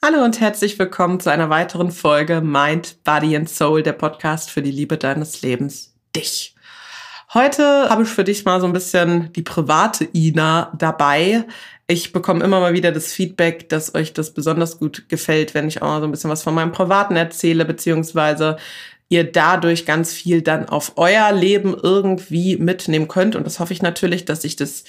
Hallo und herzlich willkommen zu einer weiteren Folge Mind, Body and Soul, der Podcast für die Liebe deines Lebens, dich. Heute habe ich für dich mal so ein bisschen die private Ina dabei. Ich bekomme immer mal wieder das Feedback, dass euch das besonders gut gefällt, wenn ich auch mal so ein bisschen was von meinem Privaten erzähle, beziehungsweise ihr dadurch ganz viel dann auf euer Leben irgendwie mitnehmen könnt. Und das hoffe ich natürlich, dass ich das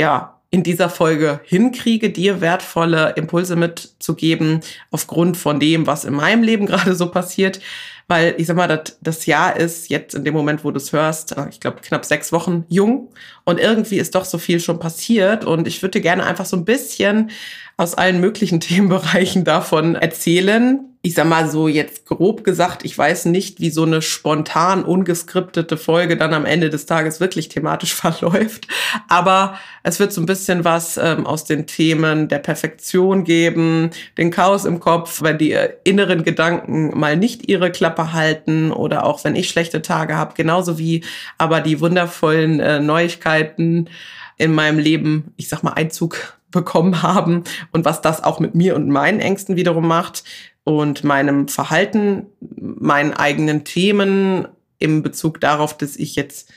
in dieser Folge hinkriege, dir wertvolle Impulse mitzugeben aufgrund von dem, was in meinem Leben gerade so passiert. Weil ich sag mal, das Jahr ist jetzt in dem Moment, wo du es hörst, ich glaube knapp 6 Wochen jung. Und irgendwie ist doch so viel schon passiert. Und ich würde dir gerne einfach so ein bisschen aus allen möglichen Themenbereichen davon erzählen. Ich sag mal so jetzt grob gesagt, ich weiß nicht, wie so eine spontan ungeskriptete Folge dann am Ende des Tages wirklich thematisch verläuft. Aber es wird so ein bisschen was aus den Themen der Perfektion geben, den Chaos im Kopf, wenn die inneren Gedanken mal nicht ihre Klappe halten oder auch wenn ich schlechte Tage habe, genauso wie aber die wundervollen Neuigkeiten in meinem Leben, ich sag mal, Einzug bekommen haben und was das auch mit mir und meinen Ängsten wiederum macht und meinem Verhalten, meinen eigenen Themen im Bezug darauf, dass ich jetzt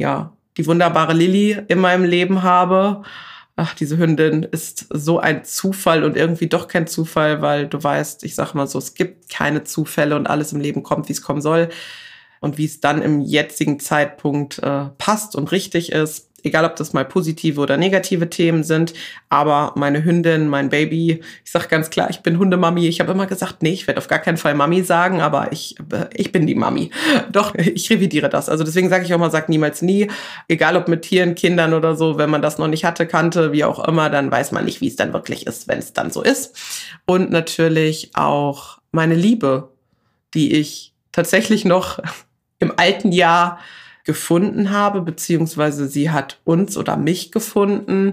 die wunderbare Lilly in meinem Leben habe. Ach, diese Hündin ist so ein Zufall und irgendwie doch kein Zufall, weil du weißt, ich sag mal so, es gibt keine Zufälle und alles im Leben kommt, wie es kommen soll und wie es dann im jetzigen Zeitpunkt passt und richtig ist. Egal, ob das mal positive oder negative Themen sind. Aber meine Hündin, mein Baby, ich sage ganz klar, ich bin Hundemami. Ich habe immer gesagt, nee, ich werde auf gar keinen Fall Mami sagen, aber ich bin die Mami. Doch, ich revidiere das. Also deswegen sage ich auch mal, sag niemals nie. Egal, ob mit Tieren, Kindern oder so, wenn man das noch nicht hatte, kannte, wie auch immer, dann weiß man nicht, wie es dann wirklich ist, wenn es dann so ist. Und natürlich auch meine Liebe, die ich tatsächlich noch im alten Jahr gefunden habe, beziehungsweise sie hat uns oder mich gefunden.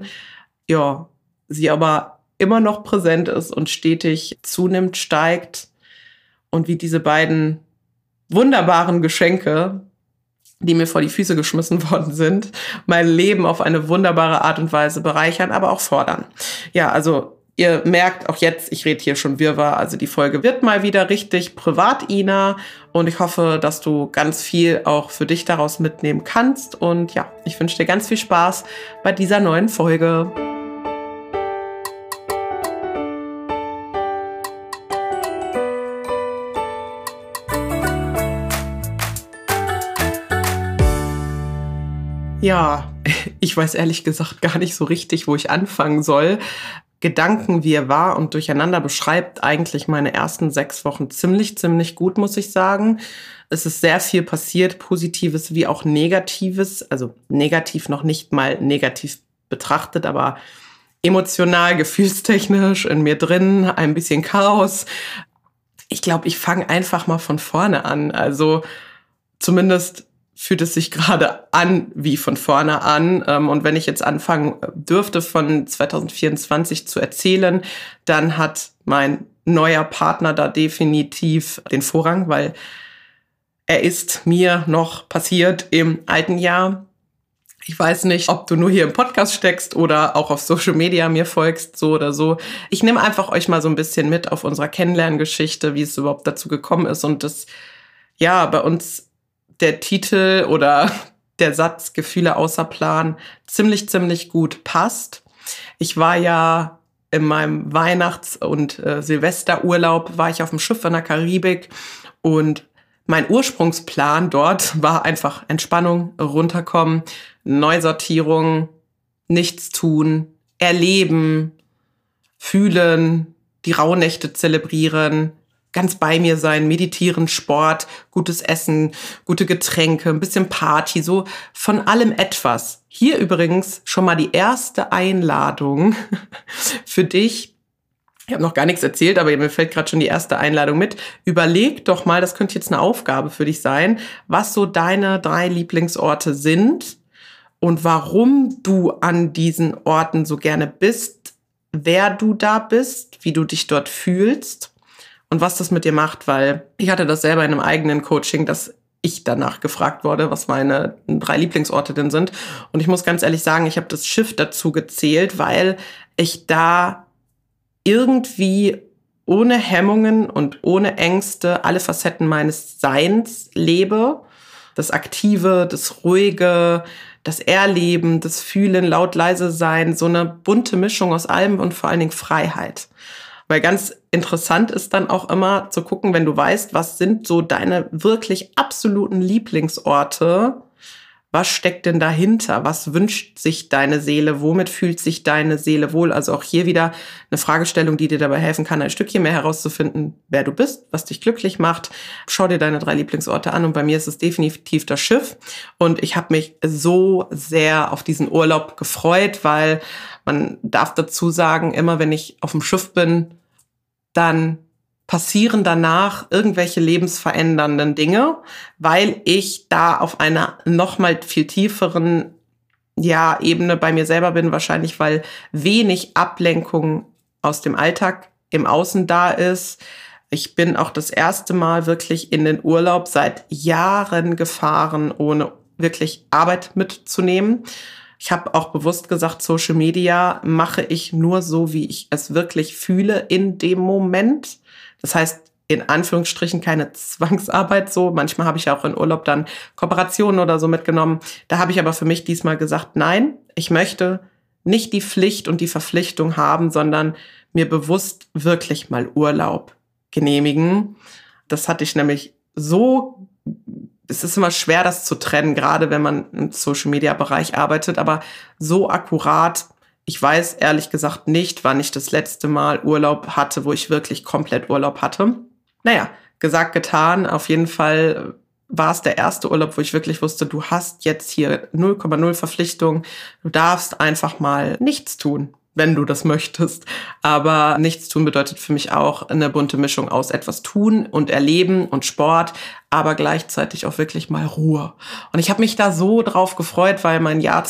Ja, sie aber immer noch präsent ist und stetig zunimmt, steigt. Und wie diese beiden wunderbaren Geschenke, die mir vor die Füße geschmissen worden sind, mein Leben auf eine wunderbare Art und Weise bereichern, aber auch fordern. Ja, also ihr merkt auch jetzt, ich rede hier schon Wirrwarr, also die Folge wird mal wieder richtig privat, Ina. Und ich hoffe, dass du ganz viel auch für dich daraus mitnehmen kannst. Und ja, ich wünsche dir ganz viel Spaß bei dieser neuen Folge. Ja, ich weiß ehrlich gesagt gar nicht so richtig, wo ich anfangen soll. Gedankenwirrwarr und Durcheinander beschreibt eigentlich meine ersten 6 Wochen ziemlich gut, muss ich sagen. Es ist sehr viel passiert, Positives wie auch Negatives. Also negativ noch nicht mal negativ betrachtet, aber emotional, gefühlstechnisch in mir drin, ein bisschen Chaos. Ich glaube, ich fange einfach mal von vorne an. Also zumindest fühlt es sich gerade an wie von vorne an. Und wenn ich jetzt anfangen dürfte, von 2024 zu erzählen, dann hat mein neuer Partner da definitiv den Vorrang, weil er ist mir noch passiert im alten Jahr. Ich weiß nicht, ob du nur hier im Podcast steckst oder auch auf Social Media mir folgst, so oder so. Ich nehme einfach euch mal so ein bisschen mit auf unserer Kennenlerngeschichte, wie es überhaupt dazu gekommen ist und das, bei uns der Titel oder der Satz Gefühle außer Plan ziemlich gut passt. Ich war ja in meinem Weihnachts- und Silvesterurlaub, war ich auf dem Schiff in der Karibik und mein Ursprungsplan dort war einfach Entspannung, runterkommen, Neusortierung, nichts tun, erleben, fühlen, die Rauhnächte zelebrieren, ganz bei mir sein, meditieren, Sport, gutes Essen, gute Getränke, ein bisschen Party, so von allem etwas. Hier übrigens schon mal die erste Einladung für dich. Ich habe noch gar nichts erzählt, aber mir fällt gerade schon die erste Einladung mit. Überleg doch mal, das könnte jetzt eine Aufgabe für dich sein, was so deine 3 Lieblingsorte sind und warum du an diesen Orten so gerne bist, wer du da bist, wie du dich dort fühlst. Und was das mit dir macht, weil ich hatte das selber in einem eigenen Coaching, dass ich danach gefragt wurde, was meine 3 Lieblingsorte denn sind. Und ich muss ganz ehrlich sagen, ich habe das Schiff dazu gezählt, weil ich da irgendwie ohne Hemmungen und ohne Ängste alle Facetten meines Seins lebe. Das Aktive, das Ruhige, das Erleben, das Fühlen, laut, leise sein, so eine bunte Mischung aus allem und vor allen Dingen Freiheit. Weil ganz interessant ist dann auch immer zu gucken, wenn du weißt, was sind so deine wirklich absoluten Lieblingsorte, was steckt denn dahinter? Was wünscht sich deine Seele? Womit fühlt sich deine Seele wohl? Also auch hier wieder eine Fragestellung, die dir dabei helfen kann, ein Stückchen mehr herauszufinden, wer du bist, was dich glücklich macht. Schau dir deine 3 Lieblingsorte an und bei mir ist es definitiv das Schiff. Und ich habe mich so sehr auf diesen Urlaub gefreut, weil man darf dazu sagen, immer wenn ich auf dem Schiff bin, dann passieren danach irgendwelche lebensverändernden Dinge, weil ich da auf einer noch mal viel tieferen Ebene bei mir selber bin, wahrscheinlich weil wenig Ablenkung aus dem Alltag im Außen da ist. Ich bin auch das erste Mal wirklich in den Urlaub seit Jahren gefahren, ohne wirklich Arbeit mitzunehmen. Ich habe auch bewusst gesagt, Social Media mache ich nur so, wie ich es wirklich fühle in dem Moment. Das heißt, in Anführungsstrichen keine Zwangsarbeit so. Manchmal habe ich ja auch in Urlaub dann Kooperationen oder so mitgenommen. Da habe ich aber für mich diesmal gesagt, nein, ich möchte nicht die Pflicht und die Verpflichtung haben, sondern mir bewusst wirklich mal Urlaub genehmigen. Das hatte ich nämlich so, es ist immer schwer, das zu trennen, gerade wenn man im Social-Media-Bereich arbeitet, aber so akkurat. Ich weiß ehrlich gesagt nicht, wann ich das letzte Mal Urlaub hatte, wo ich wirklich komplett Urlaub hatte. Naja, gesagt, getan. Auf jeden Fall war es der erste Urlaub, wo ich wirklich wusste, du hast jetzt hier 0,0 Verpflichtung. Du darfst einfach mal nichts tun, wenn du das möchtest. Aber nichts tun bedeutet für mich auch eine bunte Mischung aus etwas tun und erleben und Sport, aber gleichzeitig auch wirklich mal Ruhe. Und ich habe mich da so drauf gefreut, weil mein Jahr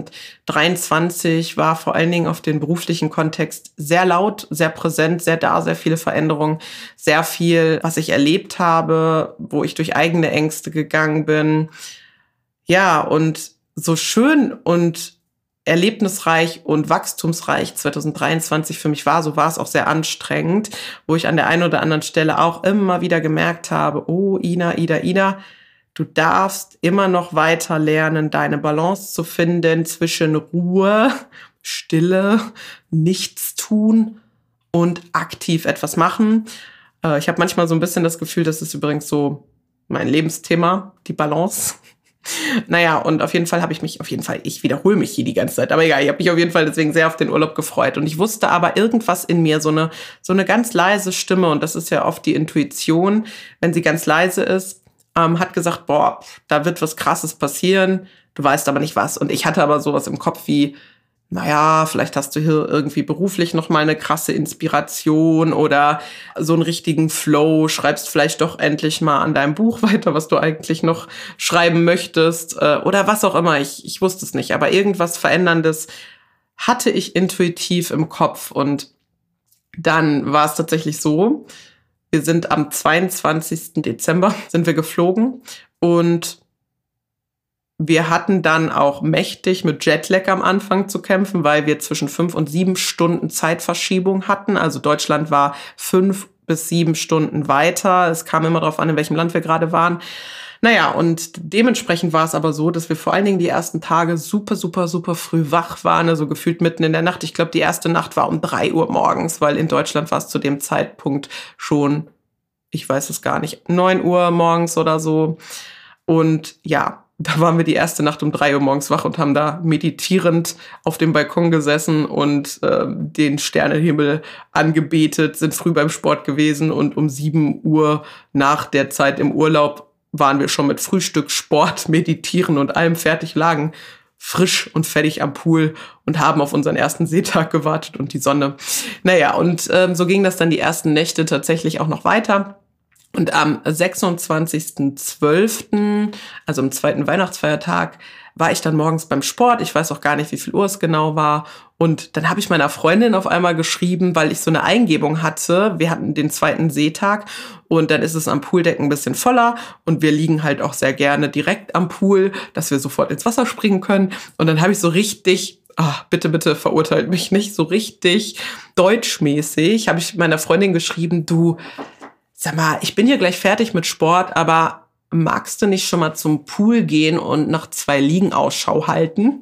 2023 war vor allen Dingen auf den beruflichen Kontext sehr laut, sehr präsent, sehr da, sehr viele Veränderungen, sehr viel, was ich erlebt habe, wo ich durch eigene Ängste gegangen bin. Ja, und so schön und erlebnisreich und wachstumsreich 2023 für mich war, so war es auch sehr anstrengend, wo ich an der einen oder anderen Stelle auch immer wieder gemerkt habe, oh Ina, du darfst immer noch weiter lernen, deine Balance zu finden zwischen Ruhe, Stille, Nichtstun und aktiv etwas machen. Ich habe manchmal so ein bisschen das Gefühl, das ist übrigens so mein Lebensthema, die Balance. Naja, und auf jeden Fall ich wiederhole mich hier die ganze Zeit, aber egal, ich habe mich auf jeden Fall deswegen sehr auf den Urlaub gefreut. Und ich wusste aber irgendwas in mir, so eine ganz leise Stimme, und das ist ja oft die Intuition, wenn sie ganz leise ist, hat gesagt, boah, da wird was Krasses passieren, du weißt aber nicht was. Und ich hatte aber sowas im Kopf wie, naja, vielleicht hast du hier irgendwie beruflich noch mal eine krasse Inspiration oder so einen richtigen Flow, schreibst vielleicht doch endlich mal an deinem Buch weiter, was du eigentlich noch schreiben möchtest oder was auch immer. Ich wusste es nicht, aber irgendwas Veränderndes hatte ich intuitiv im Kopf. Und dann war es tatsächlich so, wir sind am 22. Dezember sind wir geflogen und wir hatten dann auch mächtig mit Jetlag am Anfang zu kämpfen, weil wir zwischen 5 und 7 Stunden Zeitverschiebung hatten. Also Deutschland war 5 bis 7 Stunden weiter. Es kam immer darauf an, in welchem Land wir gerade waren. Naja, und dementsprechend war es aber so, dass wir vor allen Dingen die ersten Tage super früh wach waren, also gefühlt mitten in der Nacht. Ich glaube, die erste Nacht war um 3 Uhr morgens, weil in Deutschland war es zu dem Zeitpunkt schon, ich weiß es gar nicht, 9 Uhr morgens oder so. Und ja, da waren wir die erste Nacht um 3 Uhr morgens wach und haben da meditierend auf dem Balkon gesessen und den Sternenhimmel angebetet, sind früh beim Sport gewesen und um 7 Uhr nach der Zeit im Urlaub waren wir schon mit Frühstück, Sport, Meditieren und allem fertig, lagen frisch und fertig am Pool und haben auf unseren ersten Seetag gewartet und die Sonne. Naja, und so ging das dann die ersten Nächte tatsächlich auch noch weiter. Und am 26.12., also am 2. Weihnachtsfeiertag, war ich dann morgens beim Sport. Ich weiß auch gar nicht, wie viel Uhr es genau war. Und dann habe ich meiner Freundin auf einmal geschrieben, weil ich so eine Eingebung hatte. Wir hatten den 2. Seetag und dann ist es am Pooldeck ein bisschen voller. Und wir liegen halt auch sehr gerne direkt am Pool, dass wir sofort ins Wasser springen können. Und dann habe ich so richtig bitte, bitte verurteilt mich nicht, so richtig deutschmäßig habe ich meiner Freundin geschrieben, du, sag mal, ich bin hier gleich fertig mit Sport, aber magst du nicht schon mal zum Pool gehen und nach 2 Liegen Ausschau halten?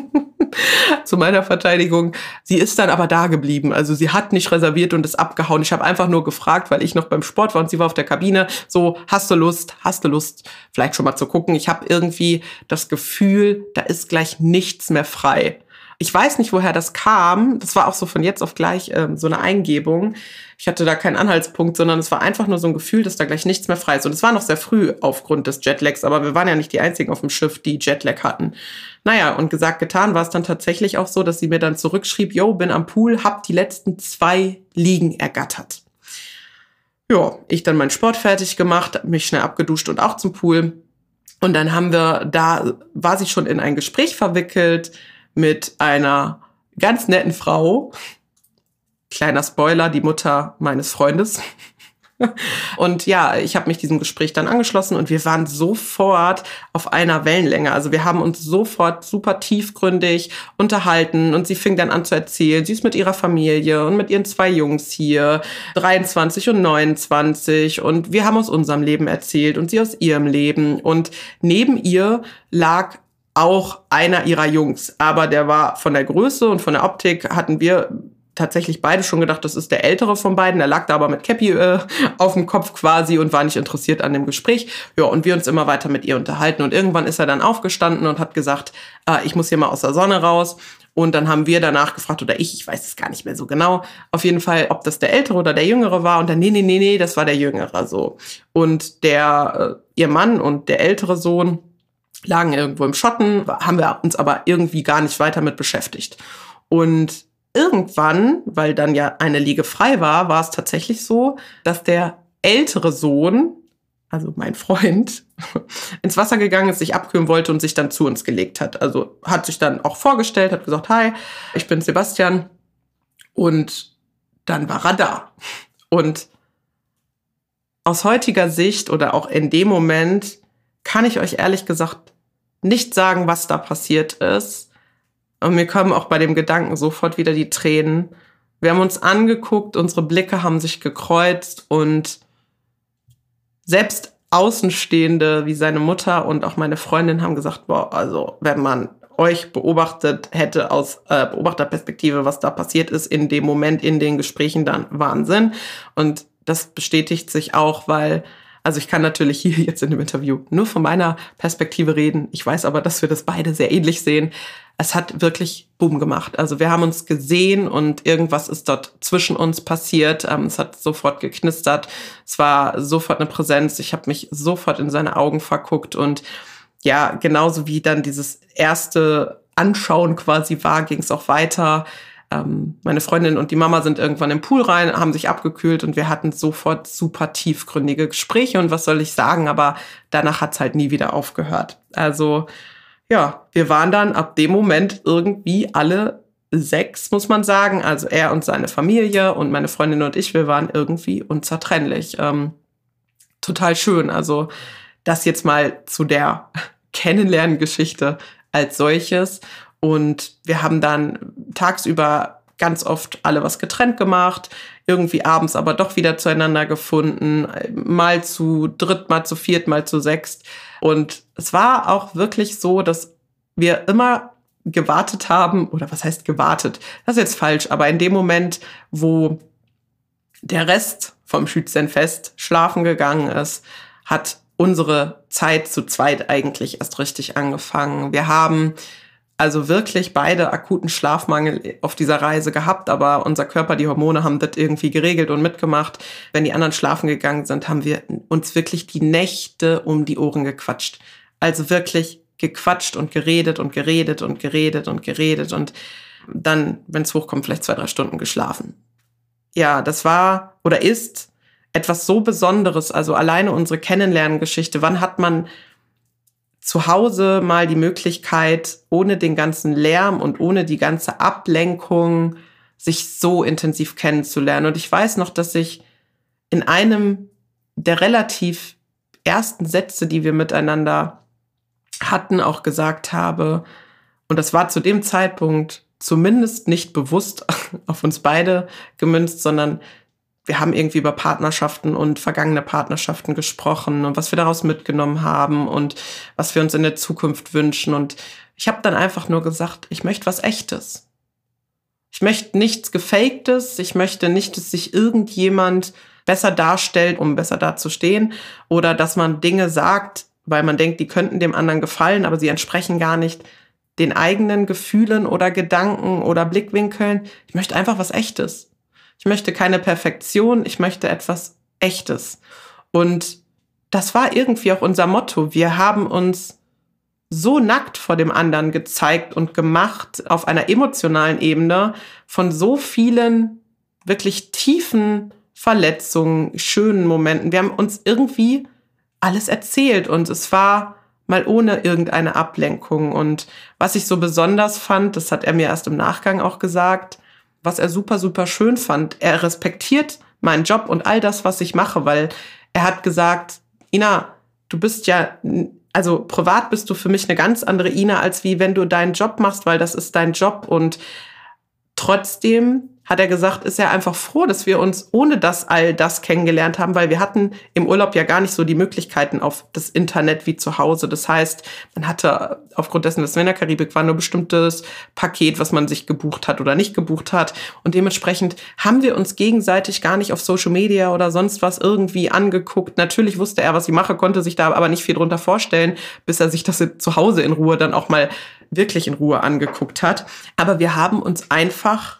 Zu meiner Verteidigung. Sie ist dann aber da geblieben. Also sie hat nicht reserviert und ist abgehauen. Ich habe einfach nur gefragt, weil ich noch beim Sport war und sie war auf der Kabine. So, hast du Lust, vielleicht schon mal zu gucken? Ich habe irgendwie das Gefühl, da ist gleich nichts mehr frei. Ich weiß nicht, woher das kam. Das war auch so von jetzt auf gleich so eine Eingebung. Ich hatte da keinen Anhaltspunkt, sondern es war einfach nur so ein Gefühl, dass da gleich nichts mehr frei ist. Und es war noch sehr früh aufgrund des Jetlags, aber wir waren ja nicht die Einzigen auf dem Schiff, die Jetlag hatten. Naja, und gesagt, getan war es dann tatsächlich auch so, dass sie mir dann zurückschrieb, bin am Pool, hab die letzten 2 Liegen ergattert. Ja, ich dann meinen Sport fertig gemacht, mich schnell abgeduscht und auch zum Pool. Und dann war sie schon in ein Gespräch verwickelt mit einer ganz netten Frau. Kleiner Spoiler, die Mutter meines Freundes. Und ja, ich habe mich diesem Gespräch dann angeschlossen und wir waren sofort auf einer Wellenlänge. Also wir haben uns sofort super tiefgründig unterhalten und sie fing dann an zu erzählen, sie ist mit ihrer Familie und mit ihren 2 Jungs hier, 23 und 29, und wir haben aus unserem Leben erzählt und sie aus ihrem Leben, und neben ihr lag auch einer ihrer Jungs, aber der war von der Größe und von der Optik, hatten wir tatsächlich beide schon gedacht, das ist der ältere von beiden. Der lag da aber mit Cappy auf dem Kopf quasi und war nicht interessiert an dem Gespräch. Ja, und wir uns immer weiter mit ihr unterhalten. Und irgendwann ist er dann aufgestanden und hat gesagt, ich muss hier mal aus der Sonne raus. Und dann haben wir danach gefragt, oder ich weiß es gar nicht mehr so genau, auf jeden Fall, ob das der Ältere oder der Jüngere war. Und dann, nee, das war der Jüngere so. Und ihr Mann und der ältere Sohn lagen irgendwo im Schotten, haben wir uns aber irgendwie gar nicht weiter mit beschäftigt. Und irgendwann, weil dann ja eine Liege frei war, war es tatsächlich so, dass der ältere Sohn, also mein Freund, ins Wasser gegangen ist, sich abkühlen wollte und sich dann zu uns gelegt hat. Also hat sich dann auch vorgestellt, hat gesagt, hi, ich bin Sebastian. Und dann war er da. Und aus heutiger Sicht oder auch in dem Moment kann ich euch ehrlich gesagt nicht sagen, was da passiert ist. Und mir kommen auch bei dem Gedanken sofort wieder die Tränen. Wir haben uns angeguckt, unsere Blicke haben sich gekreuzt und selbst Außenstehende wie seine Mutter und auch meine Freundin haben gesagt, boah, also wenn man euch beobachtet hätte aus Beobachterperspektive, was da passiert ist in dem Moment, in den Gesprächen, dann Wahnsinn. Und das bestätigt sich auch, weil, also ich kann natürlich hier jetzt in dem Interview nur von meiner Perspektive reden. Ich weiß aber, dass wir das beide sehr ähnlich sehen. Es hat wirklich Boom gemacht. Also wir haben uns gesehen und irgendwas ist dort zwischen uns passiert. Es hat sofort geknistert. Es war sofort eine Präsenz. Ich habe mich sofort in seine Augen verguckt. Und ja, genauso wie dann dieses erste Anschauen quasi war, ging es auch weiter. Meine Freundin und die Mama sind irgendwann im Pool rein, haben sich abgekühlt und wir hatten sofort super tiefgründige Gespräche. Und was soll ich sagen, aber danach hat es halt nie wieder aufgehört. Also ja, wir waren dann ab dem Moment irgendwie alle 6, muss man sagen. Also er und seine Familie und meine Freundin und ich, wir waren irgendwie unzertrennlich. Total schön. Also das jetzt mal zu der Kennenlerngeschichte als solches. Und wir haben dann tagsüber ganz oft alle was getrennt gemacht, irgendwie abends aber doch wieder zueinander gefunden, mal zu 3, mal zu 4, mal zu 6. Und es war auch wirklich so, dass wir immer gewartet haben, oder was heißt gewartet? Das ist jetzt falsch, aber in dem Moment, wo der Rest vom Schützenfest schlafen gegangen ist, hat unsere Zeit zu zweit eigentlich erst richtig angefangen. Wir haben also wirklich beide akuten Schlafmangel auf dieser Reise gehabt, aber unser Körper, die Hormone haben das irgendwie geregelt und mitgemacht. Wenn die anderen schlafen gegangen sind, haben wir uns wirklich die Nächte um die Ohren gequatscht. Also wirklich gequatscht und geredet und geredet und geredet und geredet und dann, wenn es hochkommt, vielleicht 2, 3 Stunden geschlafen. Ja, das war oder ist etwas so Besonderes. Also alleine unsere Kennenlerngeschichte. Wann hat man zu Hause mal die Möglichkeit, ohne den ganzen Lärm und ohne die ganze Ablenkung sich so intensiv kennenzulernen? Und ich weiß noch, dass ich in einem der relativ ersten Sätze, die wir miteinander hatten, auch gesagt habe, und das war zu dem Zeitpunkt zumindest nicht bewusst auf uns beide gemünzt, sondern wir haben irgendwie über Partnerschaften und vergangene Partnerschaften gesprochen und was wir daraus mitgenommen haben und was wir uns in der Zukunft wünschen. Und ich habe dann einfach nur gesagt, ich möchte was Echtes. Ich möchte nichts Gefaktes. Ich möchte nicht, dass sich irgendjemand besser darstellt, um besser dazustehen, oder dass man Dinge sagt, weil man denkt, die könnten dem anderen gefallen, aber sie entsprechen gar nicht den eigenen Gefühlen oder Gedanken oder Blickwinkeln. Ich möchte einfach was Echtes. Ich möchte keine Perfektion, ich möchte etwas Echtes. Und das war irgendwie auch unser Motto. Wir haben uns so nackt vor dem anderen gezeigt und gemacht auf einer emotionalen Ebene von so vielen wirklich tiefen Verletzungen, schönen Momenten. Wir haben uns irgendwie alles erzählt und es war mal ohne irgendeine Ablenkung. Und was ich so besonders fand, das hat er mir erst im Nachgang auch gesagt, was er super, super schön fand. Er respektiert meinen Job und all das, was ich mache, weil er hat gesagt, Ina, du bist ja, also privat bist du für mich eine ganz andere Ina, als wie wenn du deinen Job machst, weil das ist dein Job. Und trotzdem hat er gesagt, ist er einfach froh, dass wir uns ohne all das kennengelernt haben, weil wir hatten im Urlaub ja gar nicht so die Möglichkeiten auf das Internet wie zu Hause. Das heißt, man hatte aufgrund dessen, dass wir in der Karibik waren, nur bestimmtes Paket, was man sich gebucht hat oder nicht gebucht hat. Und dementsprechend haben wir uns gegenseitig gar nicht auf Social Media oder sonst was irgendwie angeguckt. Natürlich wusste er, was ich mache, konnte sich da aber nicht viel drunter vorstellen, bis er sich das zu Hause in Ruhe dann auch mal wirklich in Ruhe angeguckt hat. Aber wir haben uns einfach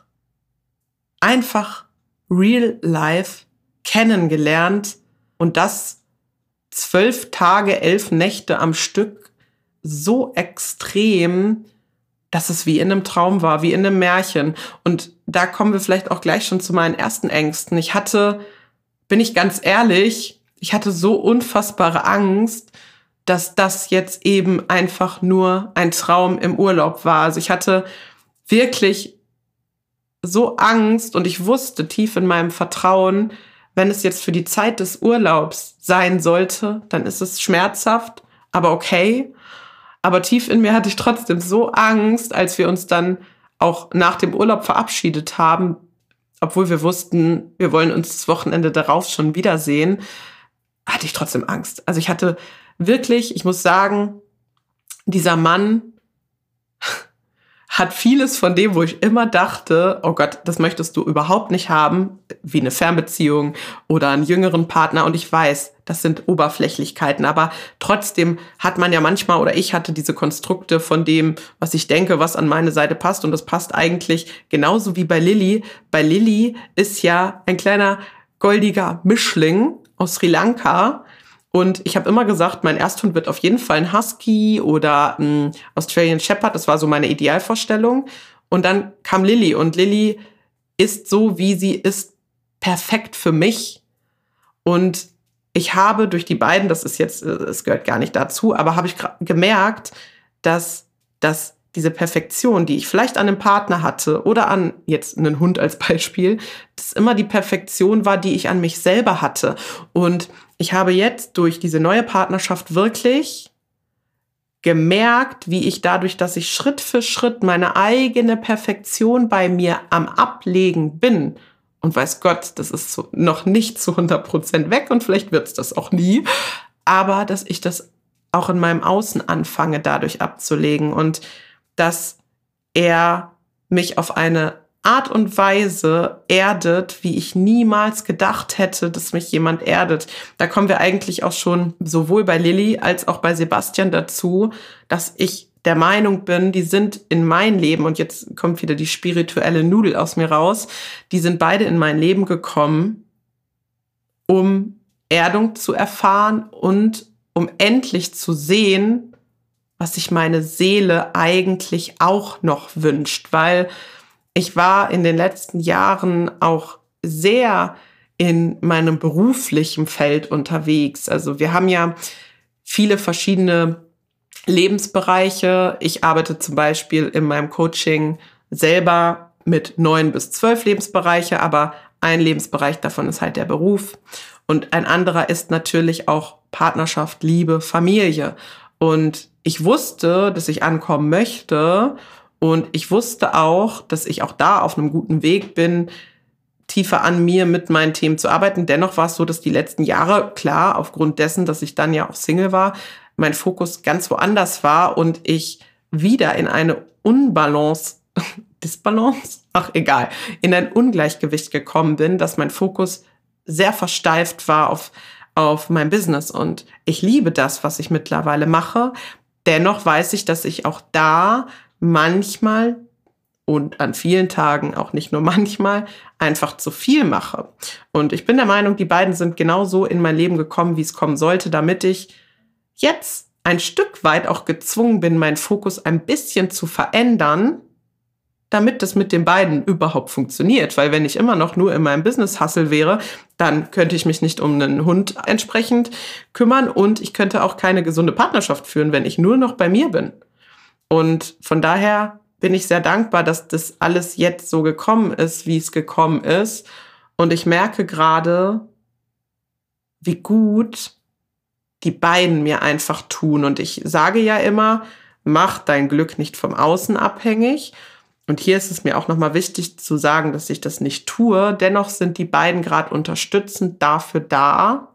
real life kennengelernt und das 12 Tage, 11 Nächte am Stück so extrem, dass es wie in einem Traum war, wie in einem Märchen. Und da kommen wir vielleicht auch gleich schon zu meinen ersten Ängsten. Bin ich ganz ehrlich, ich hatte so unfassbare Angst, dass das jetzt eben einfach nur ein Traum im Urlaub war. Also ich hatte wirklich so Angst und ich wusste tief in meinem Vertrauen, wenn es jetzt für die Zeit des Urlaubs sein sollte, dann ist es schmerzhaft, aber okay. Aber tief in mir hatte ich trotzdem so Angst, als wir uns dann auch nach dem Urlaub verabschiedet haben, obwohl wir wussten, wir wollen uns das Wochenende darauf schon wiedersehen, hatte ich trotzdem Angst. Also ich hatte wirklich, ich muss sagen, dieser Mann hat vieles von dem, wo ich immer dachte, oh Gott, das möchtest du überhaupt nicht haben, wie eine Fernbeziehung oder einen jüngeren Partner. Und ich weiß, das sind Oberflächlichkeiten, aber trotzdem hat man ja manchmal, oder ich hatte diese Konstrukte von dem, was ich denke, was an meine Seite passt. Und das passt eigentlich genauso wie bei Lilly. Bei Lilly ist ja ein kleiner goldiger Mischling aus Sri Lanka. Und ich habe immer gesagt, mein Ersthund wird auf jeden Fall ein Husky oder ein Australian Shepherd. Das war so meine Idealvorstellung. Und dann kam Lilly. Und Lilly ist so, wie sie ist, perfekt für mich. Und ich habe durch die beiden, das ist jetzt, es gehört gar nicht dazu, aber habe ich gemerkt, dass diese Perfektion, die ich vielleicht an einem Partner hatte oder an jetzt einen Hund als Beispiel, das immer die Perfektion war, die ich an mich selber hatte. Und ich habe jetzt durch diese neue Partnerschaft wirklich gemerkt, wie ich dadurch, dass ich Schritt für Schritt meine eigene Perfektion bei mir am Ablegen bin, und weiß Gott, das ist noch nicht zu 100% weg und vielleicht wird es das auch nie, aber dass ich das auch in meinem Außen anfange, dadurch abzulegen und dass er mich auf eine Art und Weise erdet, wie ich niemals gedacht hätte, dass mich jemand erdet. Da kommen wir eigentlich auch schon sowohl bei Lilly als auch bei Sebastian dazu, dass ich der Meinung bin, die sind in mein Leben, und jetzt kommt wieder die spirituelle Nudel aus mir raus, die sind beide in mein Leben gekommen, um Erdung zu erfahren und um endlich zu sehen, was sich meine Seele eigentlich auch noch wünscht, weil ich war in den letzten Jahren auch sehr in meinem beruflichen Feld unterwegs. Also wir haben ja viele verschiedene Lebensbereiche. Ich arbeite zum Beispiel in meinem Coaching selber mit 9 bis 12 Lebensbereiche, aber ein Lebensbereich davon ist halt der Beruf. Und ein anderer ist natürlich auch Partnerschaft, Liebe, Familie. Und ich wusste, dass ich ankommen möchte Und ich wusste auch, dass ich auch da auf einem guten Weg bin, tiefer an mir mit meinen Themen zu arbeiten. Dennoch war es so, dass die letzten Jahre, klar, aufgrund dessen, dass ich dann ja auch Single war, mein Fokus ganz woanders war und ich wieder in eine Disbalance? Ach, egal, in ein Ungleichgewicht gekommen bin, dass mein Fokus sehr versteift war auf mein Business. Und ich liebe das, was ich mittlerweile mache. Dennoch weiß ich, dass ich auch da manchmal und an vielen Tagen, auch nicht nur manchmal, einfach zu viel mache. Und ich bin der Meinung, die beiden sind genauso in mein Leben gekommen, wie es kommen sollte, damit ich jetzt ein Stück weit auch gezwungen bin, meinen Fokus ein bisschen zu verändern, damit das mit den beiden überhaupt funktioniert. Weil wenn ich immer noch nur in meinem Business-Hustle wäre, dann könnte ich mich nicht um einen Hund entsprechend kümmern und ich könnte auch keine gesunde Partnerschaft führen, wenn ich nur noch bei mir bin. Und von daher bin ich sehr dankbar, dass das alles jetzt so gekommen ist, wie es gekommen ist. Und ich merke gerade, wie gut die beiden mir einfach tun. Und ich sage ja immer, mach dein Glück nicht vom Außen abhängig. Und hier ist es mir auch nochmal wichtig zu sagen, dass ich das nicht tue. Dennoch sind die beiden gerade unterstützend dafür da,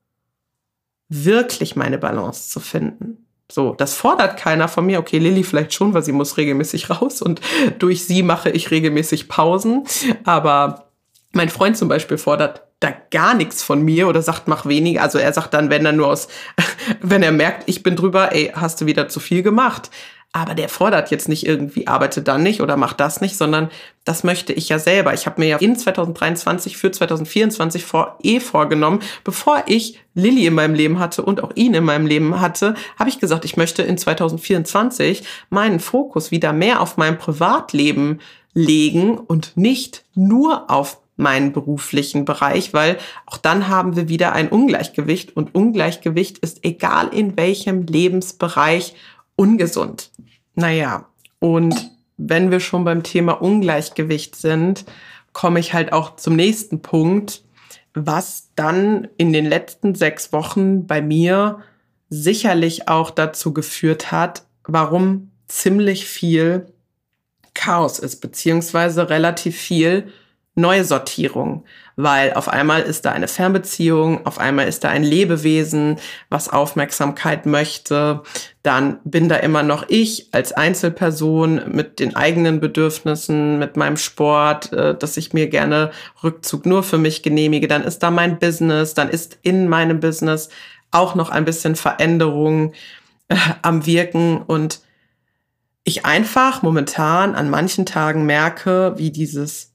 wirklich meine Balance zu finden. So, das fordert keiner von mir. Okay, Lilly vielleicht schon, weil sie muss regelmäßig raus und durch sie mache ich regelmäßig Pausen. Aber mein Freund zum Beispiel fordert da gar nichts von mir oder sagt, mach weniger. Also er sagt dann, wenn er merkt, ich bin drüber, ey, hast du wieder zu viel gemacht. Aber der fordert jetzt nicht irgendwie, arbeite dann nicht oder mach das nicht, sondern das möchte ich ja selber. Ich habe mir ja in 2023 für 2024 vorgenommen, bevor ich Lilly in meinem Leben hatte und auch ihn in meinem Leben hatte, habe ich gesagt, ich möchte in 2024 meinen Fokus wieder mehr auf mein Privatleben legen und nicht nur auf meinen beruflichen Bereich, weil auch dann haben wir wieder ein Ungleichgewicht und Ungleichgewicht ist egal in welchem Lebensbereich ungesund. Naja, und wenn wir schon beim Thema Ungleichgewicht sind, komme ich halt auch zum nächsten Punkt, was dann in den letzten 6 Wochen bei mir sicherlich auch dazu geführt hat, warum ziemlich viel Chaos ist, beziehungsweise relativ viel Neusortierung, weil auf einmal ist da eine Fernbeziehung, auf einmal ist da ein Lebewesen, was Aufmerksamkeit möchte, dann bin da immer noch ich als Einzelperson mit den eigenen Bedürfnissen, mit meinem Sport, dass ich mir gerne Rückzug nur für mich genehmige, dann ist da mein Business, dann ist in meinem Business auch noch ein bisschen Veränderung am Wirken und ich einfach momentan an manchen Tagen merke, wie dieses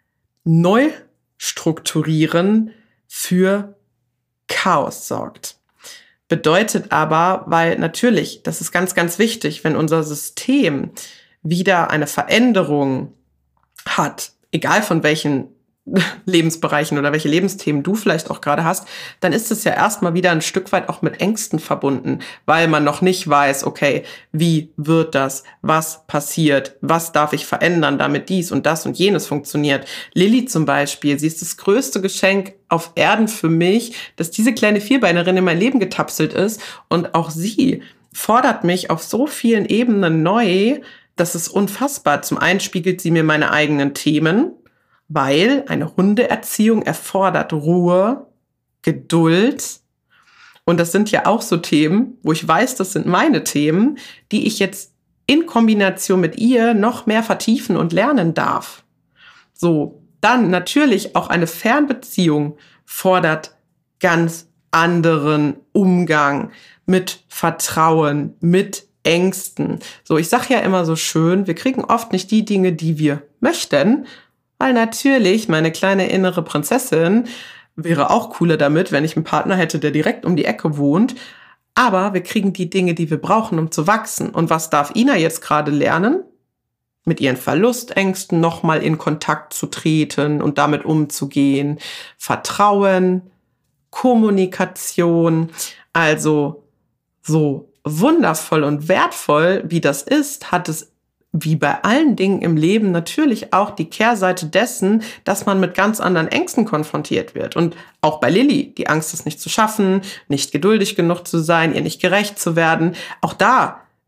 Neustrukturieren für Chaos sorgt. Bedeutet aber, weil natürlich, das ist ganz, ganz wichtig, wenn unser System wieder eine Veränderung hat, egal von welchen Lebensbereichen oder welche Lebensthemen du vielleicht auch gerade hast, dann ist es ja erstmal wieder ein Stück weit auch mit Ängsten verbunden, weil man noch nicht weiß, okay, wie wird das, was passiert, was darf ich verändern, damit dies und das und jenes funktioniert. Lilly zum Beispiel, sie ist das größte Geschenk auf Erden für mich, dass diese kleine Vierbeinerin in mein Leben getapselt ist und auch sie fordert mich auf so vielen Ebenen neu, das ist unfassbar. Zum einen spiegelt sie mir meine eigenen Themen, weil eine Hundeerziehung erfordert Ruhe, Geduld. Und das sind ja auch so Themen, wo ich weiß, das sind meine Themen, die ich jetzt in Kombination mit ihr noch mehr vertiefen und lernen darf. So, dann natürlich auch eine Fernbeziehung fordert ganz anderen Umgang mit Vertrauen, mit Ängsten. So, ich sage ja immer so schön, wir kriegen oft nicht die Dinge, die wir möchten, weil natürlich meine kleine innere Prinzessin wäre auch cooler damit, wenn ich einen Partner hätte, der direkt um die Ecke wohnt. Aber wir kriegen die Dinge, die wir brauchen, um zu wachsen. Und was darf Ina jetzt gerade lernen? Mit ihren Verlustängsten nochmal in Kontakt zu treten und damit umzugehen. Vertrauen, Kommunikation. Also so wundervoll und wertvoll, wie das ist, hat es wie bei allen Dingen im Leben natürlich auch die Kehrseite dessen, dass man mit ganz anderen Ängsten konfrontiert wird. Und auch bei Lilly, die Angst, es nicht zu schaffen, nicht geduldig genug zu sein, ihr nicht gerecht zu werden. Auch da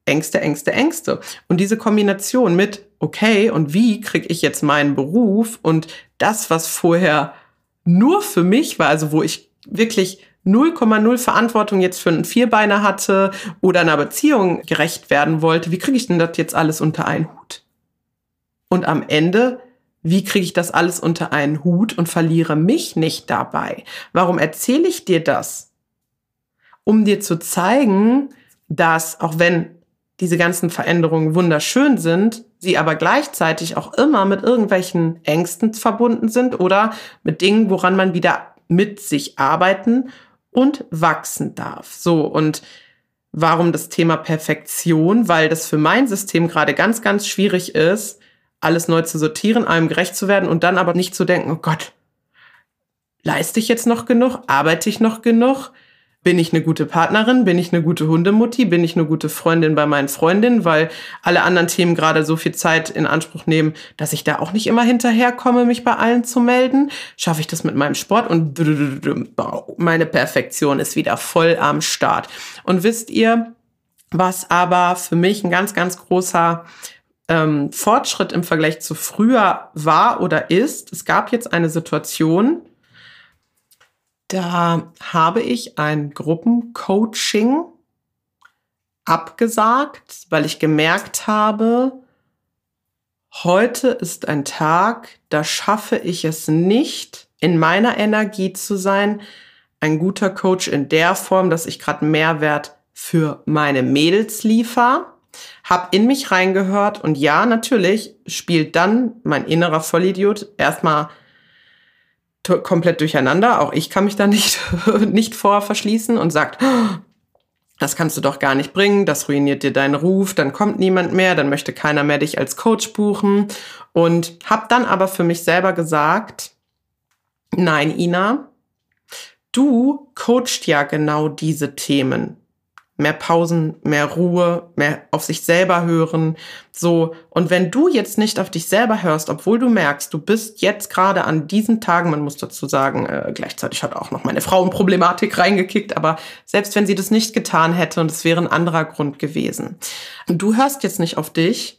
Ängste, Ängste, Ängste. Und diese Kombination mit, okay, und wie kriege ich jetzt meinen Beruf und das, was vorher nur für mich war, also wo ich wirklich 0,0 Verantwortung jetzt für einen Vierbeiner hatte oder einer Beziehung gerecht werden wollte, wie kriege ich denn das jetzt alles unter einen Hut? Und am Ende, wie kriege ich das alles unter einen Hut und verliere mich nicht dabei? Warum erzähle ich dir das? Um dir zu zeigen, dass auch wenn diese ganzen Veränderungen wunderschön sind, sie aber gleichzeitig auch immer mit irgendwelchen Ängsten verbunden sind oder mit Dingen, woran man wieder mit sich arbeiten und wachsen darf. So, und warum das Thema Perfektion? Weil das für mein System gerade ganz, ganz schwierig ist, alles neu zu sortieren, allem gerecht zu werden und dann aber nicht zu denken, oh Gott, leiste ich jetzt noch genug? Arbeite ich noch genug? Bin ich eine gute Partnerin? Bin ich eine gute Hundemutti? Bin ich eine gute Freundin bei meinen Freundinnen? Weil alle anderen Themen gerade so viel Zeit in Anspruch nehmen, dass ich da auch nicht immer hinterherkomme, mich bei allen zu melden. Schaffe ich das mit meinem Sport? Und meine Perfektion ist wieder voll am Start. Und wisst ihr, was aber für mich ein ganz, ganz großer Fortschritt im Vergleich zu früher war oder ist? Es gab jetzt eine Situation, da habe ich ein Gruppencoaching abgesagt, weil ich gemerkt habe, heute ist ein Tag, da schaffe ich es nicht, in meiner Energie zu sein, ein guter Coach in der Form, dass ich gerade Mehrwert für meine Mädels liefere. Hab in mich reingehört und ja, natürlich spielt dann mein innerer Vollidiot erstmal komplett durcheinander. Auch ich kann mich da nicht vor verschließen und sagt, das kannst du doch gar nicht bringen, das ruiniert dir deinen Ruf, dann kommt niemand mehr, dann möchte keiner mehr dich als Coach buchen. Und habe dann aber für mich selber gesagt, nein, Ina, du coachst ja genau diese Themen. Mehr Pausen, mehr Ruhe, mehr auf sich selber hören, so. Und wenn du jetzt nicht auf dich selber hörst, obwohl du merkst, du bist jetzt gerade an diesen Tagen, man muss dazu sagen, gleichzeitig hat auch noch meine Frauenproblematik reingekickt, aber selbst wenn sie das nicht getan hätte und es wäre ein anderer Grund gewesen, und du hörst jetzt nicht auf dich,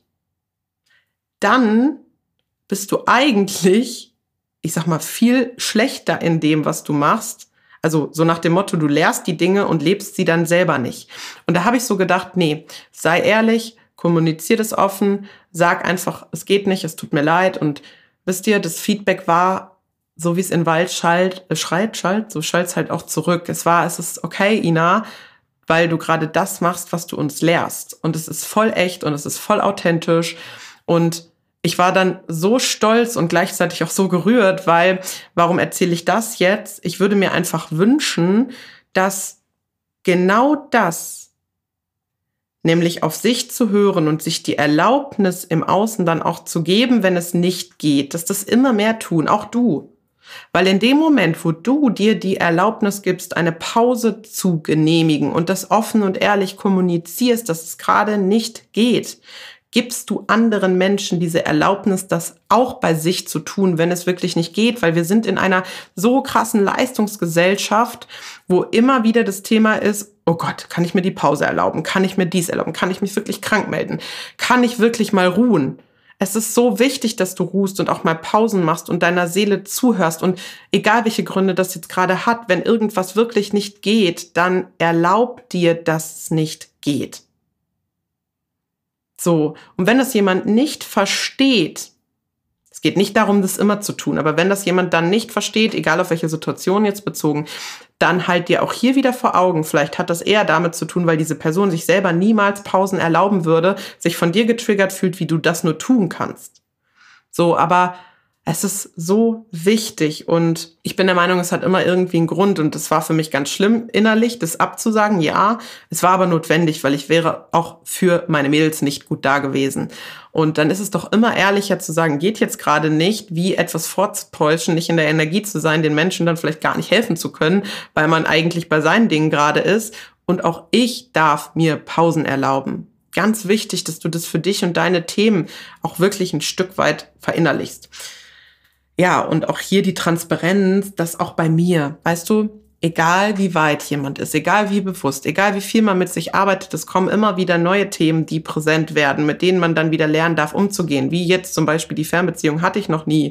dann bist du eigentlich, ich sag mal, viel schlechter in dem, was du machst. Also so nach dem Motto, du lehrst die Dinge und lebst sie dann selber nicht. Und da habe ich so gedacht, nee, sei ehrlich, kommunizier das offen, sag einfach, es geht nicht, es tut mir leid. Und wisst ihr, das Feedback war, so wie es in Wald schallt, so schallt es halt auch zurück. Es ist okay, Ina, weil du gerade das machst, was du uns lehrst. Und es ist voll echt und es ist voll authentisch. Und ich war dann so stolz und gleichzeitig auch so gerührt, weil, warum erzähle ich das jetzt? Ich würde mir einfach wünschen, dass genau das, nämlich auf sich zu hören und sich die Erlaubnis im Außen dann auch zu geben, wenn es nicht geht, dass das immer mehr tun, auch du. Weil in dem Moment, wo du dir die Erlaubnis gibst, eine Pause zu genehmigen und das offen und ehrlich kommunizierst, dass es gerade nicht geht, gibst du anderen Menschen diese Erlaubnis, das auch bei sich zu tun, wenn es wirklich nicht geht, weil wir sind in einer so krassen Leistungsgesellschaft, wo immer wieder das Thema ist, oh Gott, kann ich mir die Pause erlauben? Kann ich mir dies erlauben? Kann ich mich wirklich krank melden? Kann ich wirklich mal ruhen? Es ist so wichtig, dass du ruhst und auch mal Pausen machst und deiner Seele zuhörst und egal welche Gründe das jetzt gerade hat, wenn irgendwas wirklich nicht geht, dann erlaub dir, dass es nicht geht. So, und wenn das jemand nicht versteht, es geht nicht darum, das immer zu tun, aber wenn das jemand dann nicht versteht, egal auf welche Situation jetzt bezogen, dann halt dir auch hier wieder vor Augen, vielleicht hat das eher damit zu tun, weil diese Person sich selber niemals Pausen erlauben würde, sich von dir getriggert fühlt, wie du das nur tun kannst. So, aber es ist so wichtig und ich bin der Meinung, es hat immer irgendwie einen Grund und es war für mich ganz schlimm innerlich, das abzusagen. Ja, es war aber notwendig, weil ich wäre auch für meine Mädels nicht gut da gewesen. Und dann ist es doch immer ehrlicher zu sagen, geht jetzt gerade nicht, wie etwas vorzutäuschen, nicht in der Energie zu sein, den Menschen dann vielleicht gar nicht helfen zu können, weil man eigentlich bei seinen Dingen gerade ist. Und auch ich darf mir Pausen erlauben. Ganz wichtig, dass du das für dich und deine Themen auch wirklich ein Stück weit verinnerlichst. Ja, und auch hier die Transparenz, das auch bei mir. Weißt du, egal wie weit jemand ist, egal wie bewusst, egal wie viel man mit sich arbeitet, es kommen immer wieder neue Themen, die präsent werden, mit denen man dann wieder lernen darf, umzugehen. Wie jetzt zum Beispiel die Fernbeziehung hatte ich noch nie.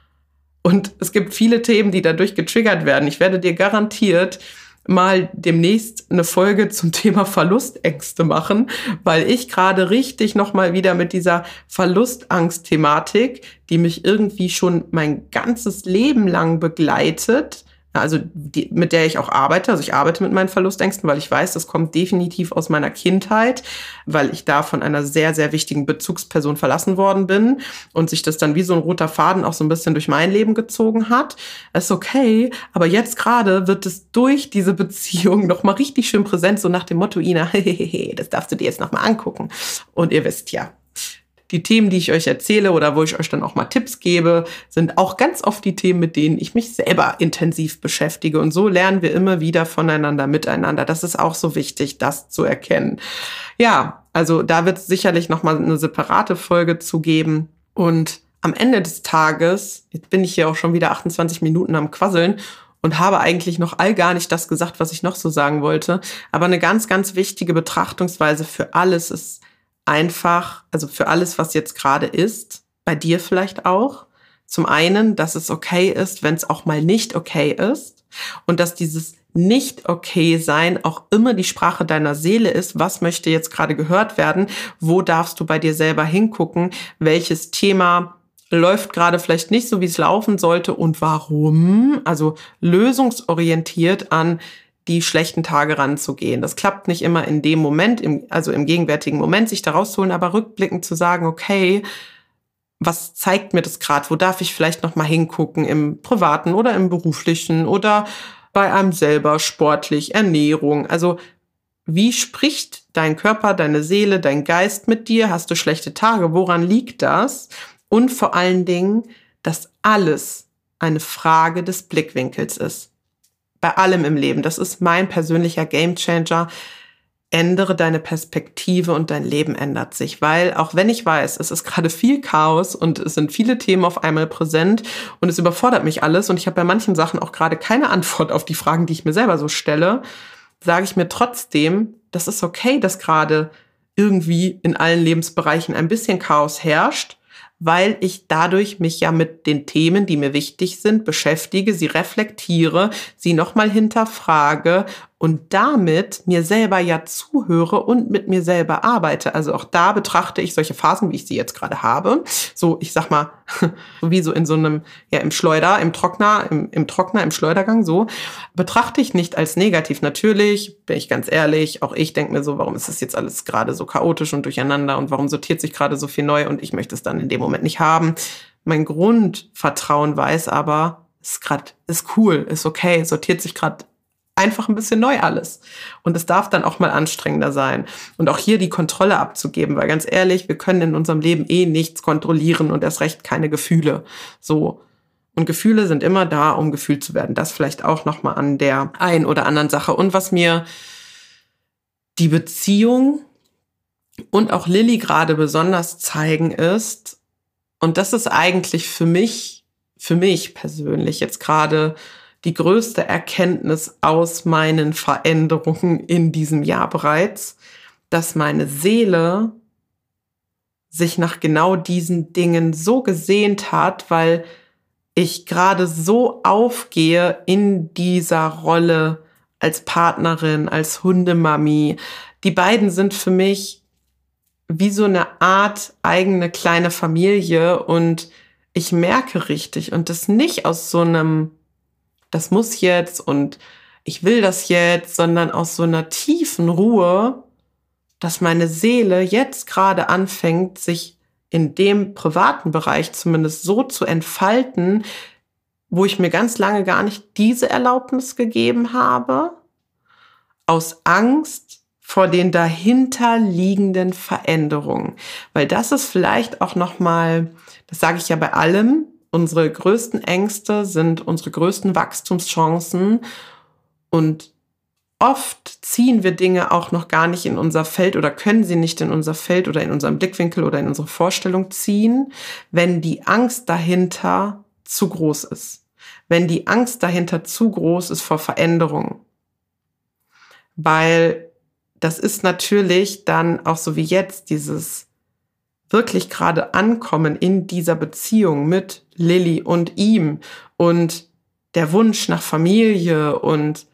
Und es gibt viele Themen, die dadurch getriggert werden. Ich werde dir garantiert mal demnächst eine Folge zum Thema Verlustängste machen, weil ich gerade richtig nochmal wieder mit dieser Verlustangst-Thematik, die mich irgendwie schon mein ganzes Leben lang begleitet, also mit der ich auch arbeite. Also ich arbeite mit meinen Verlustängsten, weil ich weiß, das kommt definitiv aus meiner Kindheit, weil ich da von einer sehr, sehr wichtigen Bezugsperson verlassen worden bin und sich das dann wie so ein roter Faden auch so ein bisschen durch mein Leben gezogen hat. Das ist okay, aber jetzt gerade wird es durch diese Beziehung nochmal richtig schön präsent, so nach dem Motto, Ina, das darfst du dir jetzt nochmal angucken. Und ihr wisst ja, die Themen, die ich euch erzähle oder wo ich euch dann auch mal Tipps gebe, sind auch ganz oft die Themen, mit denen ich mich selber intensiv beschäftige. Und so lernen wir immer wieder voneinander, miteinander. Das ist auch so wichtig, das zu erkennen. Ja, also da wird es sicherlich noch mal eine separate Folge zu geben. Und am Ende des Tages, jetzt bin ich hier auch schon wieder 28 Minuten am Quasseln und habe eigentlich noch all gar nicht das gesagt, was ich noch so sagen wollte. Aber eine ganz, ganz wichtige Betrachtungsweise für alles ist einfach, also für alles, was jetzt gerade ist, bei dir vielleicht auch. Zum einen, dass es okay ist, wenn es auch mal nicht okay ist. Und dass dieses Nicht-Okay-Sein auch immer die Sprache deiner Seele ist. Was möchte jetzt gerade gehört werden? Wo darfst du bei dir selber hingucken? Welches Thema läuft gerade vielleicht nicht so, wie es laufen sollte und warum? Also lösungsorientiert an die schlechten Tage ranzugehen. Das klappt nicht immer in dem Moment, also im gegenwärtigen Moment, sich da rauszuholen, aber rückblickend zu sagen, okay, was zeigt mir das gerade? Wo darf ich vielleicht noch mal hingucken? Im privaten oder im beruflichen oder bei einem selber, sportlich, Ernährung. Also wie spricht dein Körper, deine Seele, dein Geist mit dir? Hast du schlechte Tage? Woran liegt das? Und vor allen Dingen, dass alles eine Frage des Blickwinkels ist. Bei allem im Leben. Das ist mein persönlicher Gamechanger. Ändere deine Perspektive und dein Leben ändert sich. Weil auch wenn ich weiß, es ist gerade viel Chaos und es sind viele Themen auf einmal präsent und es überfordert mich alles und ich habe bei manchen Sachen auch gerade keine Antwort auf die Fragen, die ich mir selber so stelle, sage ich mir trotzdem, das ist okay, dass gerade irgendwie in allen Lebensbereichen ein bisschen Chaos herrscht, weil ich dadurch mich ja mit den Themen, die mir wichtig sind, beschäftige, sie reflektiere, sie nochmal hinterfrage und damit mir selber ja zuhöre und mit mir selber arbeite. Also auch da betrachte ich solche Phasen, wie ich sie jetzt gerade habe, so ich sag mal, so wie so in so einem, ja im Schleuder, im Trockner, im Schleudergang, so, betrachte ich nicht als negativ. Natürlich, bin ich ganz ehrlich, auch ich denke mir so, warum ist das jetzt alles gerade so chaotisch und durcheinander und warum sortiert sich gerade so viel neu und ich möchte es dann in dem Moment nicht haben. Mein Grundvertrauen weiß aber, ist cool, ist okay, sortiert sich gerade einfach ein bisschen neu alles. Und es darf dann auch mal anstrengender sein. Und auch hier die Kontrolle abzugeben, weil ganz ehrlich, wir können in unserem Leben nichts kontrollieren und erst recht keine Gefühle. So. Und Gefühle sind immer da, um gefühlt zu werden. Das vielleicht auch nochmal an der einen oder anderen Sache. Und was mir die Beziehung und auch Lilly gerade besonders zeigen ist, und das ist eigentlich für mich persönlich jetzt gerade die größte Erkenntnis aus meinen Veränderungen in diesem Jahr bereits, dass meine Seele sich nach genau diesen Dingen so gesehnt hat, weil ich gerade so aufgehe in dieser Rolle als Partnerin, als Hundemami. Die beiden sind für mich wie so eine Art eigene kleine Familie und ich merke richtig und das nicht aus so einem das muss jetzt und ich will das jetzt, sondern aus so einer tiefen Ruhe, dass meine Seele jetzt gerade anfängt, sich in dem privaten Bereich zumindest so zu entfalten, wo ich mir ganz lange gar nicht diese Erlaubnis gegeben habe, aus Angst vor den dahinterliegenden Veränderungen. Weil das ist vielleicht auch nochmal, das sage ich ja bei allem, unsere größten Ängste sind unsere größten Wachstumschancen und oft ziehen wir Dinge auch noch gar nicht in unser Feld oder können sie nicht in unser Feld oder in unseren Blickwinkel oder in unsere Vorstellung ziehen, wenn die Angst dahinter zu groß ist. wenn die Angst dahinter zu groß ist vor Veränderung. Weil das ist natürlich dann auch so wie jetzt dieses wirklich gerade Ankommen in dieser Beziehung mit Lilly und ihm und der Wunsch nach Familie, und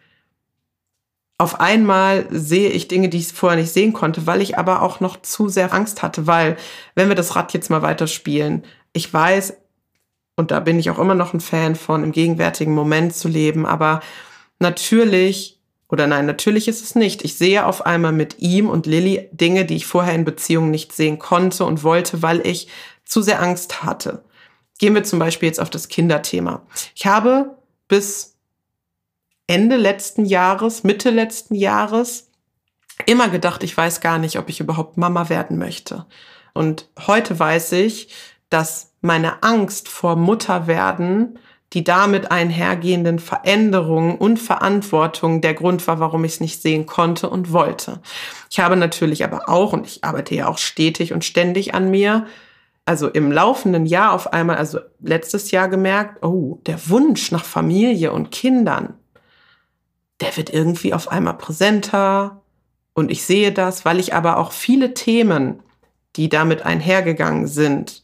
auf einmal sehe ich Dinge, die ich vorher nicht sehen konnte, weil ich aber auch noch zu sehr Angst hatte, weil, wenn wir das Rad jetzt mal weiterspielen, ich weiß, und da bin ich auch immer noch ein Fan von, im gegenwärtigen Moment zu leben, aber natürlich ist es nicht. Ich sehe auf einmal mit ihm und Lilly Dinge, die ich vorher in Beziehungen nicht sehen konnte und wollte, weil ich zu sehr Angst hatte. Gehen wir zum Beispiel jetzt auf das Kinderthema. Ich habe bis Ende letzten Jahres, Mitte letzten Jahres immer gedacht, ich weiß gar nicht, ob ich überhaupt Mama werden möchte. Und heute weiß ich, dass meine Angst vor Mutterwerden, die damit einhergehenden Veränderungen und Verantwortung der Grund war, warum ich es nicht sehen konnte und wollte. Ich habe natürlich aber auch, und ich arbeite ja auch stetig und ständig an mir, also im laufenden Jahr auf einmal, also letztes Jahr gemerkt, oh, der Wunsch nach Familie und Kindern, der wird irgendwie auf einmal präsenter, und ich sehe das, weil ich aber auch viele Themen, die damit einhergegangen sind,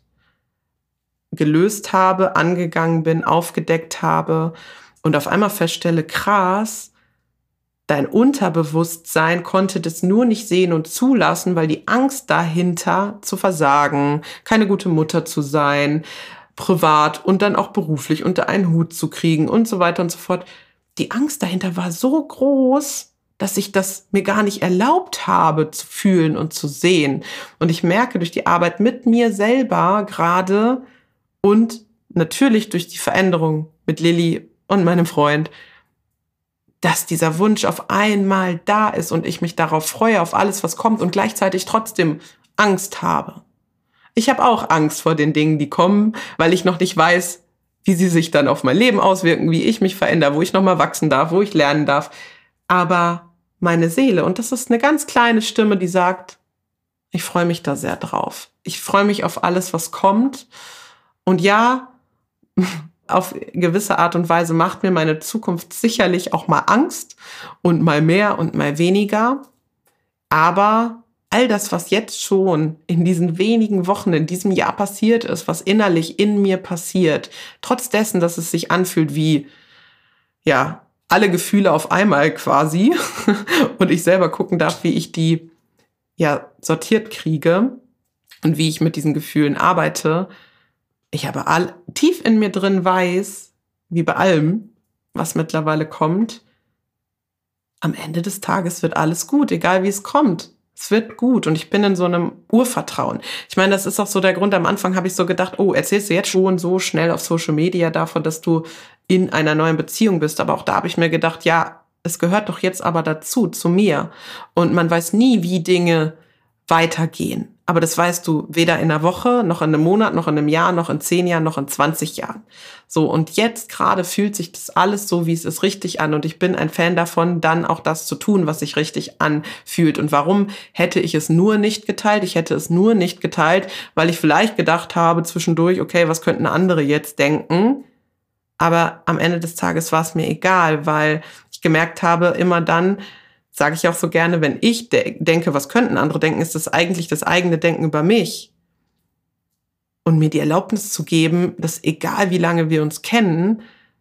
gelöst habe, angegangen bin, aufgedeckt habe und auf einmal feststelle, krass, dein Unterbewusstsein konnte das nur nicht sehen und zulassen, weil die Angst dahinter zu versagen, keine gute Mutter zu sein, privat und dann auch beruflich unter einen Hut zu kriegen und so weiter und so fort. Die Angst dahinter war so groß, dass ich das mir gar nicht erlaubt habe zu fühlen und zu sehen. Und ich merke durch die Arbeit mit mir selber gerade und natürlich durch die Veränderung mit Lilly und meinem Freund, dass dieser Wunsch auf einmal da ist und ich mich darauf freue, auf alles, was kommt, und gleichzeitig trotzdem Angst habe. Ich habe auch Angst vor den Dingen, die kommen, weil ich noch nicht weiß, wie sie sich dann auf mein Leben auswirken, wie ich mich verändere, wo ich nochmal wachsen darf, wo ich lernen darf. Aber meine Seele, und das ist eine ganz kleine Stimme, die sagt, ich freue mich da sehr drauf. Ich freue mich auf alles, was kommt. Und ja, auf gewisse Art und Weise macht mir meine Zukunft sicherlich auch mal Angst und mal mehr und mal weniger. Aber all das, was jetzt schon in diesen wenigen Wochen, in diesem Jahr passiert ist, was innerlich in mir passiert, trotz dessen, dass es sich anfühlt wie, ja, alle Gefühle auf einmal quasi und ich selber gucken darf, wie ich die, ja, sortiert kriege und wie ich mit diesen Gefühlen arbeite, ich aber tief in mir drin weiß, wie bei allem, was mittlerweile kommt, am Ende des Tages wird alles gut, egal wie es kommt. Es wird gut, und ich bin in so einem Urvertrauen. Ich meine, das ist auch so der Grund, am Anfang habe ich so gedacht, oh, erzählst du jetzt schon so schnell auf Social Media davon, dass du in einer neuen Beziehung bist. Aber auch da habe ich mir gedacht, ja, es gehört doch jetzt aber dazu, zu mir. Und man weiß nie, wie Dinge weitergehen. Aber das weißt du weder in einer Woche, noch in einem Monat, noch in einem Jahr, noch in 10 Jahren, noch in 20 Jahren. So, und jetzt gerade fühlt sich das alles so, wie es ist, richtig an. Und ich bin ein Fan davon, dann auch das zu tun, was sich richtig anfühlt. Und warum hätte ich es nur nicht geteilt? Ich hätte es nur nicht geteilt, weil ich vielleicht gedacht habe zwischendurch, okay, was könnten andere jetzt denken? Aber am Ende des Tages war es mir egal, weil ich gemerkt habe, immer dann, sage ich auch so gerne, wenn ich denke, was könnten andere denken, ist das eigentlich das eigene Denken über mich. Und mir die Erlaubnis zu geben, dass egal wie lange wir uns kennen,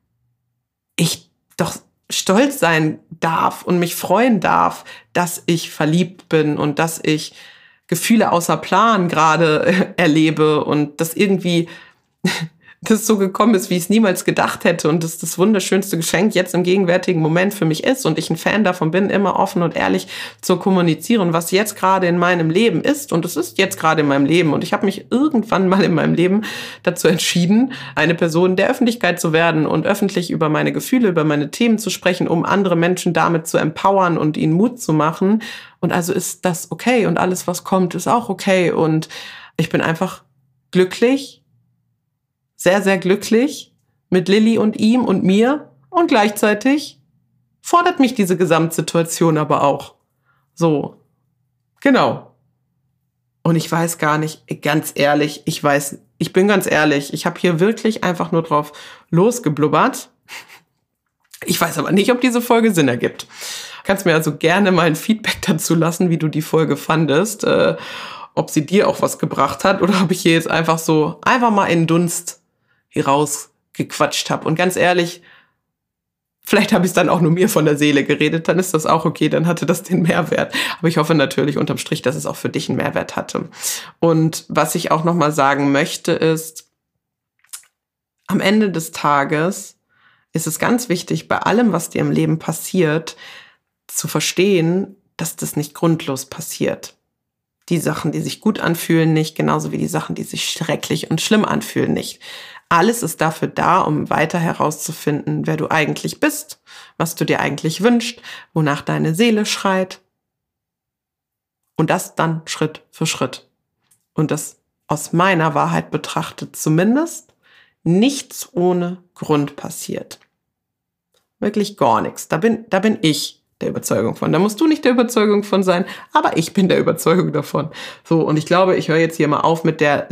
ich doch stolz sein darf und mich freuen darf, dass ich verliebt bin und dass ich Gefühle außer Plan gerade erlebe und dass irgendwie das so gekommen ist, wie ich es niemals gedacht hätte, und dass das wunderschönste Geschenk jetzt im gegenwärtigen Moment für mich ist und ich ein Fan davon bin, immer offen und ehrlich zu kommunizieren, was jetzt gerade in meinem Leben ist, und es ist jetzt gerade in meinem Leben, und ich habe mich irgendwann mal in meinem Leben dazu entschieden, eine Person der Öffentlichkeit zu werden und öffentlich über meine Gefühle, über meine Themen zu sprechen, um andere Menschen damit zu empowern und ihnen Mut zu machen, und also ist das okay und alles, was kommt, ist auch okay, und ich bin einfach glücklich, sehr, sehr glücklich mit Lilly und ihm und mir, und gleichzeitig fordert mich diese Gesamtsituation aber auch. So, genau. Und ich weiß gar nicht, ganz ehrlich, ich bin ganz ehrlich, ich habe hier wirklich einfach nur drauf losgeblubbert. Ich weiß aber nicht, ob diese Folge Sinn ergibt. Kannst mir also gerne mal ein Feedback dazu lassen, wie du die Folge fandest, ob sie dir auch was gebracht hat oder ob ich hier jetzt einfach mal in den Dunst hier rausgequatscht habe. Und ganz ehrlich, vielleicht habe ich es dann auch nur mir von der Seele geredet, dann ist das auch okay, dann hatte das den Mehrwert. Aber ich hoffe natürlich unterm Strich, dass es auch für dich einen Mehrwert hatte. Und was ich auch nochmal sagen möchte ist, am Ende des Tages ist es ganz wichtig, bei allem, was dir im Leben passiert, zu verstehen, dass das nicht grundlos passiert. Die Sachen, die sich gut anfühlen, nicht, genauso wie die Sachen, die sich schrecklich und schlimm anfühlen, nicht. Alles ist dafür da, um weiter herauszufinden, wer du eigentlich bist, was du dir eigentlich wünschst, wonach deine Seele schreit. Und das dann Schritt für Schritt. Und das aus meiner Wahrheit betrachtet zumindest nichts ohne Grund passiert. Wirklich gar nichts. Da bin ich der Überzeugung von. Da musst du nicht der Überzeugung von sein, aber ich bin der Überzeugung davon. So, und ich glaube, ich höre jetzt hier mal auf mit der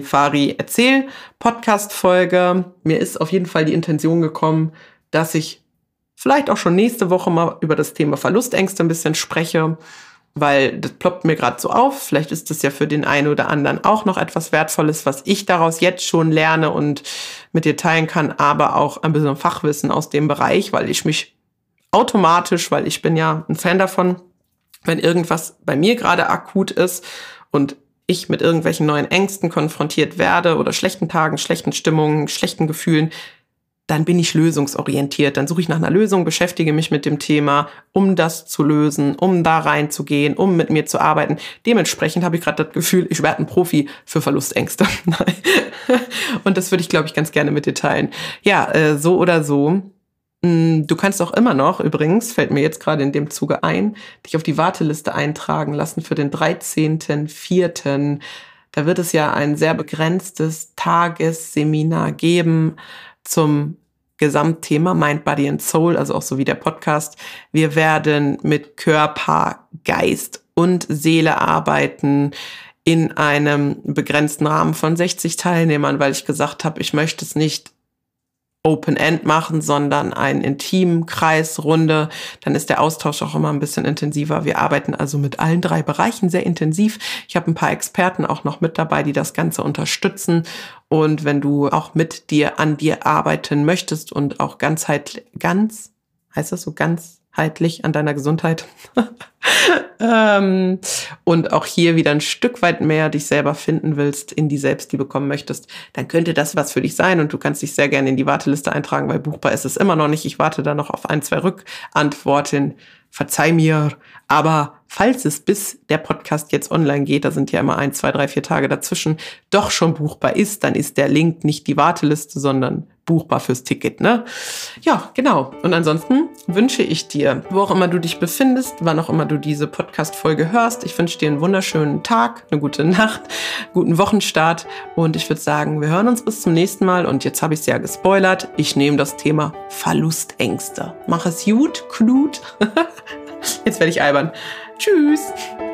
Larifari-Erzähl-Podcast-Folge. Mir ist auf jeden Fall die Intention gekommen, dass ich vielleicht auch schon nächste Woche mal über das Thema Verlustängste ein bisschen spreche, weil das ploppt mir gerade so auf. Vielleicht ist das ja für den einen oder anderen auch noch etwas Wertvolles, was ich daraus jetzt schon lerne und mit dir teilen kann, aber auch ein bisschen Fachwissen aus dem Bereich, weil ich mich automatisch, weil ich bin ja ein Fan davon, wenn irgendwas bei mir gerade akut ist und ich mit irgendwelchen neuen Ängsten konfrontiert werde oder schlechten Tagen, schlechten Stimmungen, schlechten Gefühlen, dann bin ich lösungsorientiert. Dann suche ich nach einer Lösung, beschäftige mich mit dem Thema, um das zu lösen, um da reinzugehen, um mit mir zu arbeiten. Dementsprechend habe ich gerade das Gefühl, ich werde ein Profi für Verlustängste. Und das würde ich, glaube ich, ganz gerne mit dir teilen. Ja, so oder so. Du kannst auch immer noch, übrigens, fällt mir jetzt gerade in dem Zuge ein, dich auf die Warteliste eintragen lassen für den 13.04. Da wird es ja ein sehr begrenztes Tagesseminar geben zum Gesamtthema Mind, Body and Soul, also auch so wie der Podcast. Wir werden mit Körper, Geist und Seele arbeiten in einem begrenzten Rahmen von 60 Teilnehmern, weil ich gesagt habe, ich möchte es nicht Open-End machen, sondern einen intimen Kreisrunde. Dann ist der Austausch auch immer ein bisschen intensiver. Wir arbeiten also mit allen 3 Bereichen sehr intensiv. Ich habe ein paar Experten auch noch mit dabei, die das Ganze unterstützen. Und wenn du auch mit dir an dir arbeiten möchtest und auch ganzheitlich an deiner Gesundheit und auch hier wieder ein Stück weit mehr dich selber finden willst, in die Selbstliebe kommen möchtest, dann könnte das was für dich sein und du kannst dich sehr gerne in die Warteliste eintragen, weil buchbar ist es immer noch nicht. Ich warte da noch auf 1, 2 Rückantworten. Verzeih mir, aber falls es bis der Podcast jetzt online geht, da sind ja immer 1, 2, 3, 4 Tage dazwischen, doch schon buchbar ist, dann ist der Link nicht die Warteliste, sondern buchbar fürs Ticket, ne? Ja, genau. Und ansonsten wünsche ich dir, wo auch immer du dich befindest, wann auch immer du diese Podcast-Folge hörst, ich wünsche dir einen wunderschönen Tag, eine gute Nacht, guten Wochenstart und ich würde sagen, wir hören uns bis zum nächsten Mal und jetzt habe ich es ja gespoilert, ich nehme das Thema Verlustängste. Mach es gut, Knut. Jetzt werde ich albern. Tschüss.